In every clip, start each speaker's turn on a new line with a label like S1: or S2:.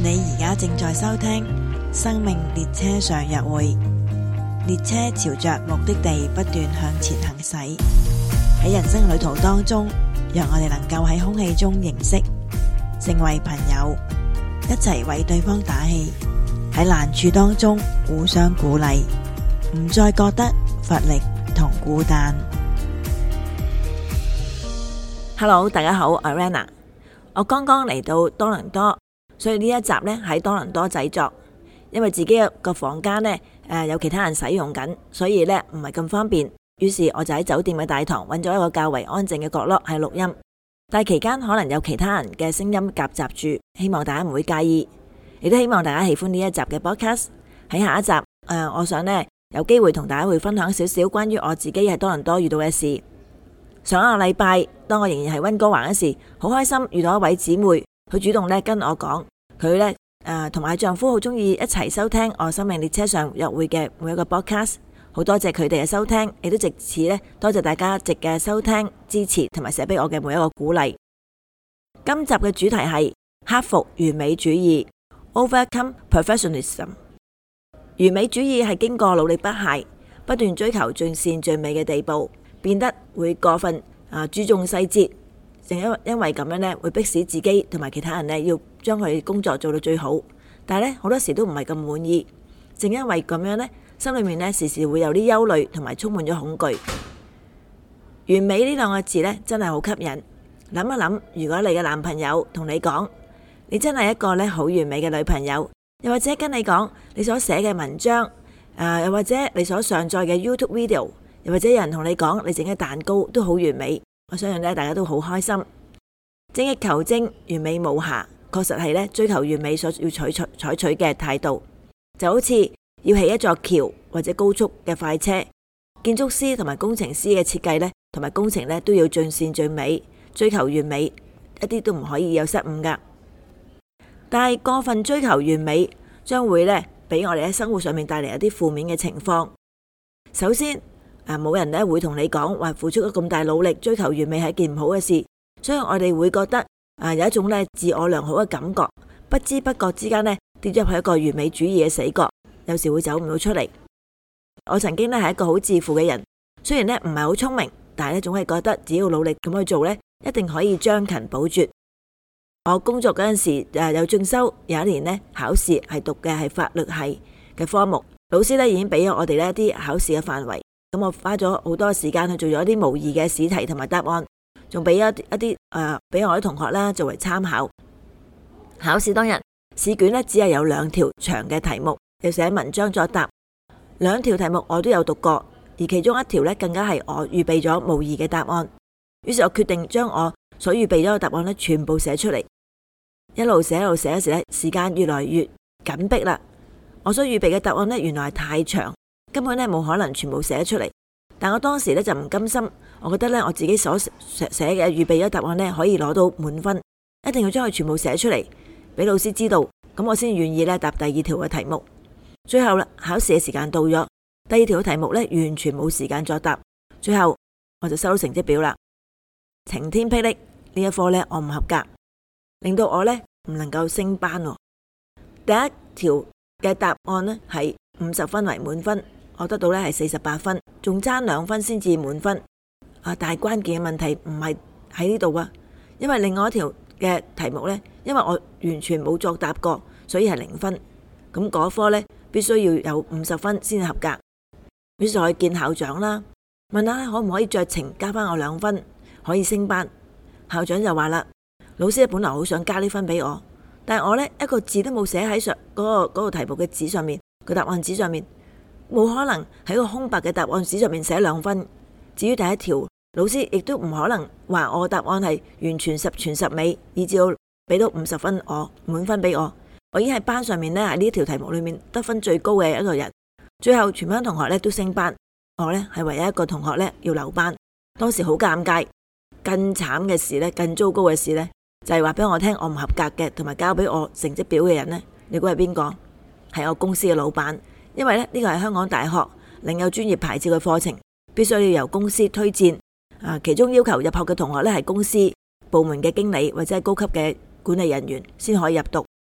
S1: 你而家正在收聽生命列車上約會，列車朝着目的地不斷向前行駛。喺人生旅途當中，讓我哋能夠喺空氣中認識，成為朋友，一齊為對方打氣。喺難處當中互相鼓勵，唔再覺得乏力同孤單。Hello， 大家好，我係 Rana。我剛剛嚟到多倫多，所以呢一集呢喺多倫多製作。因為自己個房間呢有其他人使用緊，所以呢唔係咁方便。於是我就喺酒店嘅大堂揾咗一個較為安靜嘅角落喺錄音。但係期間可能有其他人嘅聲音夾雜住，希望大家唔會介意。亦都希望大家喜歡呢一集嘅 podcast。喺下一集我想呢有機會同大家會分享少少關於我自己喺多倫多遇到嘅事。上一個禮拜，當我仍然係溫哥華嗰時，好開心遇到一位姊妹，佢主動跟我講，佢呢同埋丈夫好中意一齊收聽我生命列車上約會嘅每一個 podcast， 好多謝佢哋嘅收聽，亦都藉此呢多謝大家一直嘅收聽、支持同埋寫俾我嘅每一個鼓勵。今集嘅主題係克服完美主義 Overcome Perfectionism。 完美主義係經過努力不懈、不斷追求盡善盡美嘅地步，變得會過分注重細節，正因為咁樣呢會迫使自己同埋其他人呢要將佢工作做到最好，但係呢好多時都唔係咁滿意。正因為咁樣呢，心裏面呢時時會有啲憂慮同埋充滿咗恐懼。完美呢兩個字呢真係好吸引。諗一諗，如果你嘅男朋友同你講你真係一個呢好完美嘅女朋友，又或者跟你講你所寫嘅文章又或者你所上載嘅 YouTube video，又或者有人同你講你整嘅蛋糕都好完美，我相信大家都好開心。精益求精、完美無瑕，確實係追求完美所要採取嘅態度。就好似要起一座橋或者高速嘅快車，建築師同埋工程師嘅設計同埋工程都要盡善盡美，追求完美，一啲都唔可以有失誤噶。但係過分追求完美，將會俾我哋喺生活上面帶嚟一啲負面嘅情況。首先冇人會同你講話付出咗咁大努力追求完美係一件唔好嘅事，所以我哋會覺得有一種自我良好嘅感覺，不知不覺之間跌入去一個完美主義嘅死角，有時會走唔到出嚟。我曾經係一個好自負嘅人，雖然唔係好聰明，但係總係覺得只要努力咁去做一定可以將勤補拙。我工作嗰陣時有進修，有一年考試係讀嘅係法律系嘅科目，老師已經俾咗我哋一啲考試嘅範圍。咁我花咗好多時間去做咗一啲模擬嘅試題同埋答案，仲俾一啲俾我啲同學作為參考。考試當日，試卷只係有2條長嘅題目，要寫文章作答。2條題目我都有讀過，而其中1條更加係我預備咗模擬嘅答案。於是我決定將我所預備咗嘅答案全部寫出嚟。一路寫嗰時時間越來越緊迫啦。我所預備嘅答案原來係太長，根本冇可能全部寫出嚟。但我當時就唔甘心，我覺得我自己所寫嘅預備咗答案可以攞到滿分，一定要將佢全部寫出嚟俾老師知道，咁我先願意答第2條嘅題目。最後考試嘅時間到咗，第2條嘅題目完全冇時間作答，最後我就收到成績表啦。晴天霹靂，呢一科我唔合格，令到我唔能夠升班。第1條嘅答案係50分為滿分，我得到係48分，仲爭2分先至滿分。但係關鍵嘅問題唔係喺呢度啊，因為另外一條嘅題目因為我完全冇作答過，所以係0分。咁嗰科必須要有50分先合格。於是我去見校長啦，問下可唔可以酌情加翻我2分，可以升班。校長就話啦，老師本來好想加呢分俾我，但係我一個字都冇寫喺嗰個題目嘅紙上面，個答案紙上面，冇可能喺個空白嘅答案紙上面寫2分。至於第1條，老師亦都唔可能話我答案係完全十全十美，以至到俾到50分我滿分俾我。我已經喺班上面喺呢條題目裏面得分最高嘅一個人。最後全班同學都升班，我係唯一一個同學要留班。當時好尷尬。更慘嘅事更糟糕嘅事就係話俾我聽我唔合格嘅，同埋交俾我成績表嘅人你估係邊個？係我公司嘅老闆。因為呢個係香港大學領有專業牌照嘅課程，必須要由公司推薦。其中要求入學嘅同學係公司部門嘅經理或者係高級嘅管理人員先可以入讀。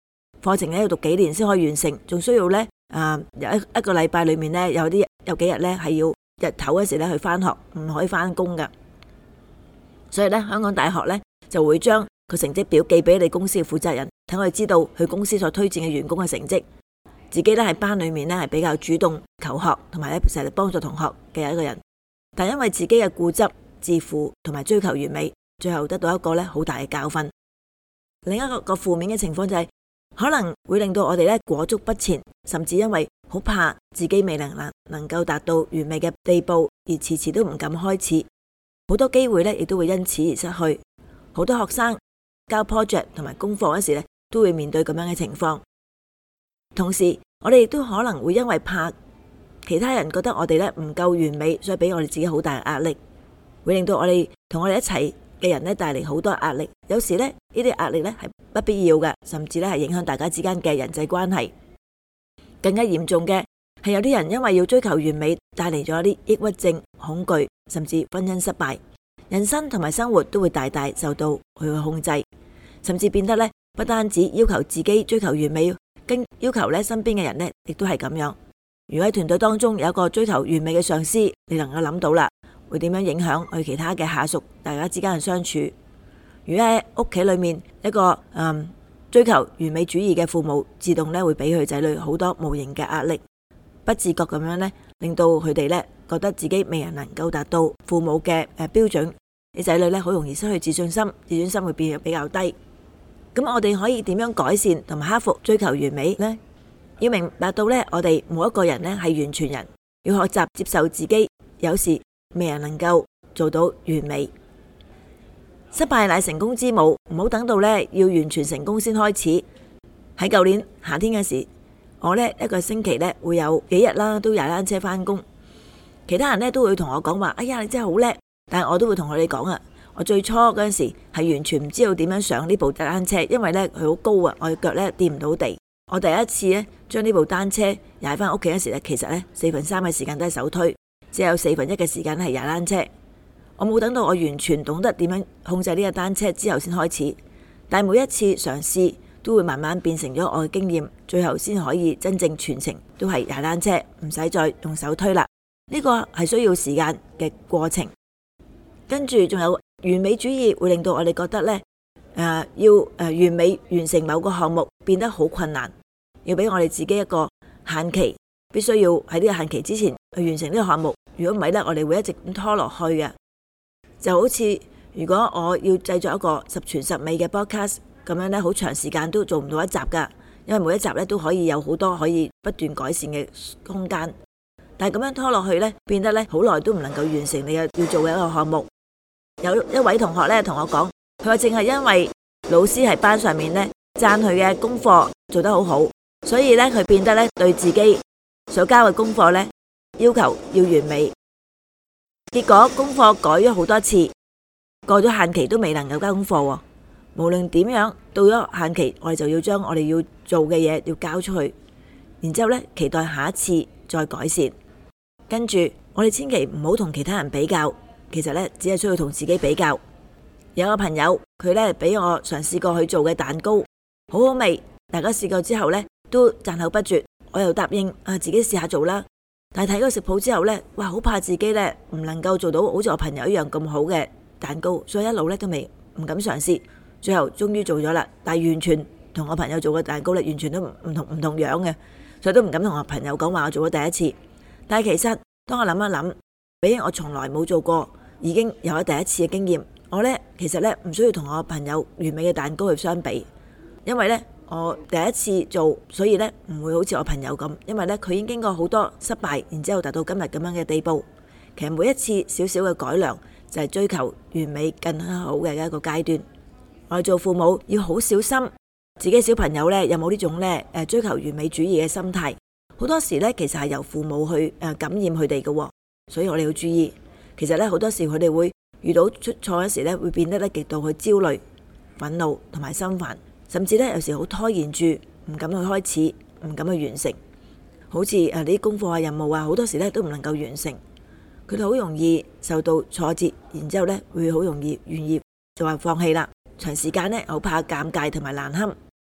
S1: 課程咧要讀幾年先可以完成，仲需要咧有一個禮拜裏面咧有幾日咧係要日頭嗰時咧去返學，唔可以返工噶。所以咧香港大學咧就會將個成績表寄俾你公司嘅負責人，等佢知道佢公司所推薦嘅員工嘅成績。自己咧喺班裏面咧係比較主動求學，同埋咧成日幫助同學嘅一個人，但因為自己嘅固執、自負同埋追求完美，最後得到一個咧好大嘅教訓。另一個負面嘅情況就係可能會令到我哋咧裹足不前，甚至因為好怕自己未能夠達到完美嘅地步，而遲遲都唔敢開始。好多機會咧亦都會因此而失去。好多學生交 project 同埋功課嗰時咧都會面對咁樣嘅情況。同時我哋亦都可能會因為怕其他人覺得我哋咧唔夠完美，所以俾我哋自己好大嘅壓力，會令到我哋同我哋一齊嘅人咧帶嚟好多壓力。有時咧呢啲壓力咧係不必要嘅，甚至咧係影響大家之間嘅人際關係。更加嚴重嘅係有啲人因為要追求完美，帶嚟咗啲抑鬱症、恐懼，甚至婚姻失敗，人生同埋生活都會大大受到佢嘅控制，甚至變得咧不單止要求自己追求完美，更要求咧身邊嘅人咧亦都係咁樣。如果喺團隊當中有一個追求完美嘅上司，你能夠諗到啦，會點樣影響佢其他嘅下屬，大家之間嘅相處。如果喺屋企裏面一個追求完美主義嘅父母，自動咧會俾佢仔女好多無形嘅壓力，不自覺咁樣咧令到佢哋咧覺得自己未能夠達到父母嘅標準，啲仔女咧好容易失去自信心，自尊心會變得比較低。咁我哋可以點樣改善同埋克服追求完美呢？要明白到咧，我哋每一個人咧係完全人，要學習接受自己有時未能夠做到完美。失敗乃成功之母，唔好等到咧要完全成功先開始。喺舊年夏天嘅時，我咧一個星期咧會有幾日啦，都踩單車返工。其他人咧都會同我講話，哎呀，你真係好叻！但係我都會同佢哋講啊，我最初嗰陣時係完全唔知道點樣上呢部單車，因為咧佢好高啊，我嘅腳咧掂唔到地。我第一次咧將呢部單車踩返屋企嗰時咧，其實咧3/4嘅時間都係手推，只有1/4嘅時間係踩單車。我冇等到我完全懂得點樣控制呢個單車之後先開始，但係每一次嘗試都會慢慢變成咗我嘅經驗，最後先可以真正全程都係踩單車，唔使再用手推啦。呢個係需要時間嘅過程。跟住仲有完美主義會令到我哋覺得呢要完美完成某個項目變得好困難，要俾我哋自己一個限期，必須要喺呢個限期之前去完成呢個項目。如果唔係呢，我哋會一直咁拖落去嘅。就好似如果我要製作一個十全十美嘅 podcast 咁樣呢，好長時間都做唔到一集噶，因為每一集呢都可以有好多可以不斷改善嘅空間。但係咁樣拖落去呢，變得呢好耐都唔能夠完成你要做嘅一個項目。有一位同學呢同我講，佢話淨係因為老師喺班上面呢讚佢嘅功課做得好好，所以呢佢變得呢對自己所交嘅功課呢要求要完美。結果功課改咗好多次，過咗限期都未能夠交功課喎。無論點樣，到咗限期，我哋就要將我哋要做嘅嘢要交出去，然之後呢期待下一次再改善。跟住我哋千祈唔好同其他人比較，其實呢只係需要同自己比較。有個朋友佢呢俾我嘗試過去做嘅蛋糕好好味，大家試過之後呢都讚口不絕，我又答應自己試下做啦。但係睇嗰個食譜之後呢，哇，好怕自己呢唔能夠做到好似我朋友一樣咁好嘅蛋糕，所以一路呢都唔敢嘗試。最後終於做咗啦，但係完全同我朋友做嘅蛋糕呢完全都唔同樣嘅，所以都唔敢同我朋友講話我做咗第一次。但係其實當我諗一諗，比我從來冇做過已經有咗第一次嘅經驗，我呢其實呢唔需要同我朋友完美嘅蛋糕去相比，因為呢我第一次做，所以呢唔會好似我朋友咁，因為呢佢已經經過好多失敗，然之後達到今日咁樣嘅地步。其實每一次少少嘅改良就係追求完美更好嘅一個階段。我哋做父母要好小心自己小朋友呢有冇呢種呢追求完美主義嘅心態。好多時呢其實係由父母去感染佢哋嘅，所以我哋要注意。其實呢好多時佢哋會遇到出錯嗰時呢會變得呢極度去焦慮、憤怒同埋心煩，甚至呢有時好拖延住，唔敢去開始，唔敢去完成。好似啲功課任務好多時呢都唔能夠完成，佢哋好容易受到挫折，然之後呢會好容易願意就話放棄啦。長時間呢好怕尷尬同埋難堪，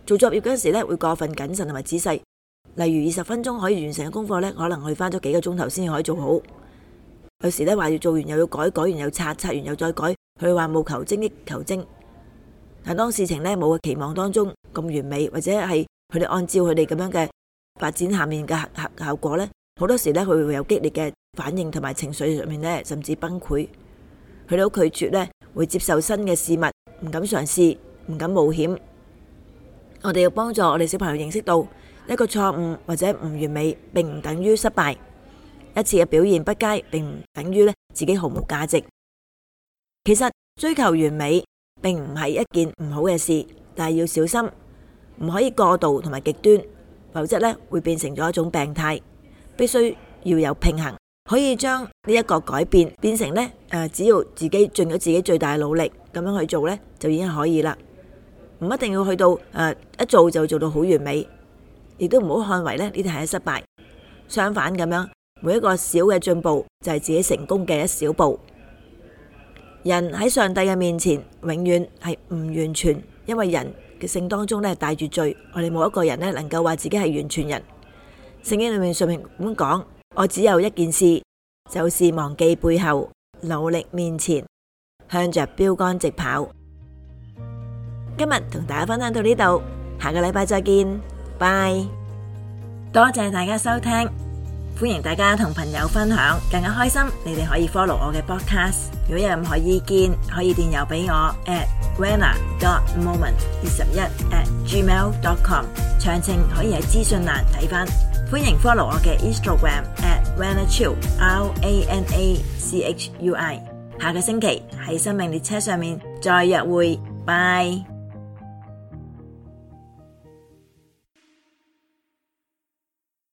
S1: 做作業嗰陣時咧會過分謹慎同埋仔細，例如20分鐘可以完成嘅功課咧，可能去花咗幾個鐘頭先可以做好。有時咧話要做完又要改，改完又拆，拆完又再改，佢話務求精益求精。但當事情咧冇期望當中咁完美，或者係佢哋按照佢哋咁樣嘅發展下面嘅效果咧，好多時咧佢會有激烈嘅反應同埋情緒上面咧，甚至崩潰。佢哋好拒絕咧，會接受新嘅事物，唔敢嘗試，唔敢冒險。我哋要幫助我哋小朋友認識到，一個錯誤或者唔完美，並唔等於失敗。一次嘅表現不佳，並唔等於咧自己毫無價值。其實追求完美並唔係一件唔好嘅事，但係要小心，唔可以過度同埋極端，否則咧會變成咗一種病態。必須要有平衡。可以將呢一個改變變成呢，只要自己盡咗自己最大努力咁樣去做呢，就已經可以啦。唔一定要去到一做就做到好完美，亦都唔好看為呢啲係失敗。相反咁樣，每一個小嘅進步就係自己成功嘅一小步。人喺上帝嘅面前永遠係唔完全，因為人嘅性當中呢帶住罪，我哋冇一個人呢能夠話自己係完全人。聖經裏面上面咁講，我只有一件事，就是忘記背後，努力面前，向着標杆直跑。今日同大家分享到呢度，下個禮拜再見，拜。多謝大家收聽，歡迎大家同朋友分享，更加開心。你哋可以 follow 我嘅 podcast， 如果有任何意見，可以電郵俾我 rana.moment21@gmail.com， 詳情可以喺資訊欄睇返。歡迎 follow 我嘅 Instagram @ranachui RANACHUI。下個星期喺生命列車上面再約會，拜。